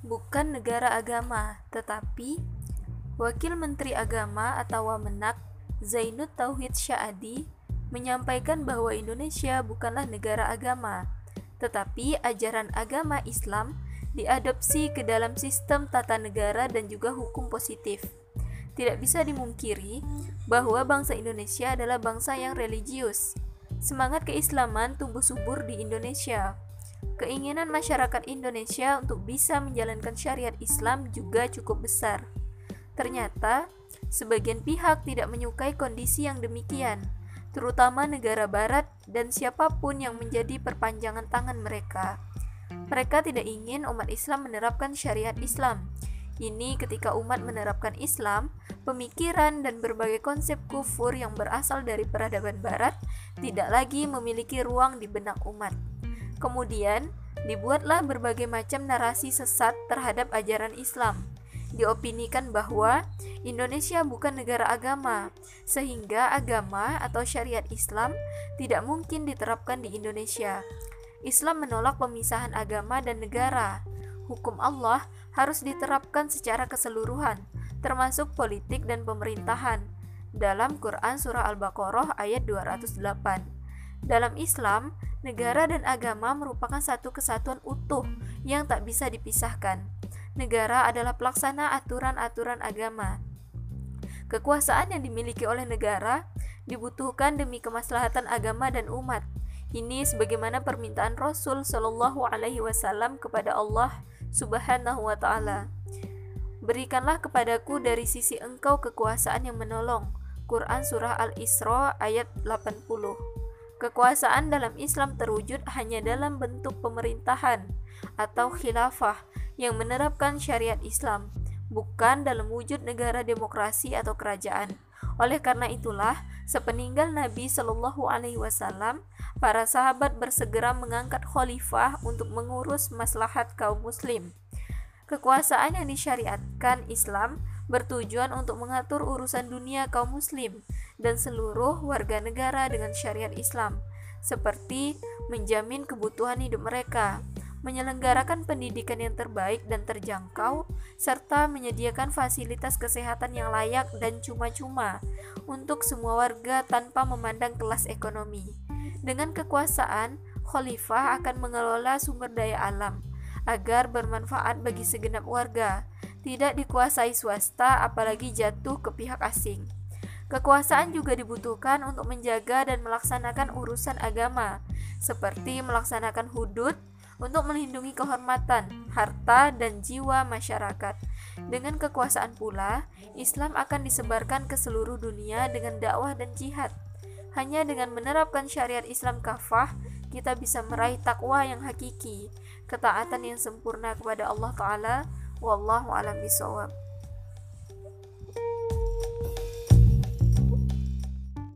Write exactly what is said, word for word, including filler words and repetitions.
bukan negara agama, tetapi Wakil Menteri Agama atau Wamenak, Zainud Tauhid Sya'adi, menyampaikan bahwa Indonesia bukanlah negara agama, tetapi ajaran agama Islam diadopsi ke dalam sistem tata negara dan juga hukum positif. Tidak bisa dimungkiri bahwa bangsa Indonesia adalah bangsa yang religius. Semangat keislaman tumbuh subur di Indonesia. Keinginan masyarakat Indonesia untuk bisa menjalankan syariat Islam juga cukup besar. Ternyata, sebagian pihak tidak menyukai kondisi yang demikian, terutama negara barat dan siapapun yang menjadi perpanjangan tangan mereka. Mereka tidak ingin umat Islam menerapkan syariat Islam. Ini ketika umat menerapkan Islam, pemikiran dan berbagai konsep kufur yang berasal dari peradaban barat tidak lagi memiliki ruang di benak umat. Kemudian, dibuatlah berbagai macam narasi sesat terhadap ajaran Islam. Diopinikan bahwa Indonesia bukan negara agama, sehingga agama atau syariat Islam tidak mungkin diterapkan di Indonesia. Islam menolak pemisahan agama dan negara. Hukum Allah harus diterapkan secara keseluruhan, termasuk politik dan pemerintahan. Dalam Quran Surah Al-Baqarah ayat dua ratus delapan. Dalam Islam, negara dan agama merupakan satu kesatuan utuh yang tak bisa dipisahkan. Negara adalah pelaksana aturan-aturan agama. Kekuasaan yang dimiliki oleh negara dibutuhkan demi kemaslahatan agama dan umat. Ini sebagaimana permintaan Rasul Shallallahu Alaihi Wasallam kepada Allah Subhanahu Wa Taala. Berikanlah kepadaku dari sisi engkau kekuasaan yang menolong. Quran Surah Al-Isra ayat delapan puluh. Kekuasaan dalam Islam terwujud hanya dalam bentuk pemerintahan atau khilafah yang menerapkan syariat Islam, bukan dalam wujud negara demokrasi atau kerajaan. Oleh karena itulah, sepeninggal Nabi Shallallahu Alaihi Wasallam, para sahabat bersegera mengangkat khalifah untuk mengurus maslahat kaum muslim. Kekuasaan yang disyariatkan Islam bertujuan untuk mengatur urusan dunia kaum muslim dan seluruh warga negara dengan syariat Islam, seperti menjamin kebutuhan hidup mereka, menyelenggarakan pendidikan yang terbaik dan terjangkau, serta menyediakan fasilitas kesehatan yang layak dan cuma-cuma untuk semua warga tanpa memandang kelas ekonomi. Dengan kekuasaan, khalifah akan mengelola sumber daya alam agar bermanfaat bagi segenap warga, tidak dikuasai swasta apalagi jatuh ke pihak asing. Kekuasaan juga dibutuhkan untuk menjaga dan melaksanakan urusan agama, seperti melaksanakan hudud, untuk melindungi kehormatan, harta, dan jiwa masyarakat. Dengan kekuasaan pula, Islam akan disebarkan ke seluruh dunia dengan dakwah dan jihad. Hanya dengan menerapkan syariat Islam kafah, kita bisa meraih takwa yang hakiki, ketaatan yang sempurna kepada Allah Ta'ala. Wallahu a'lam bishawab.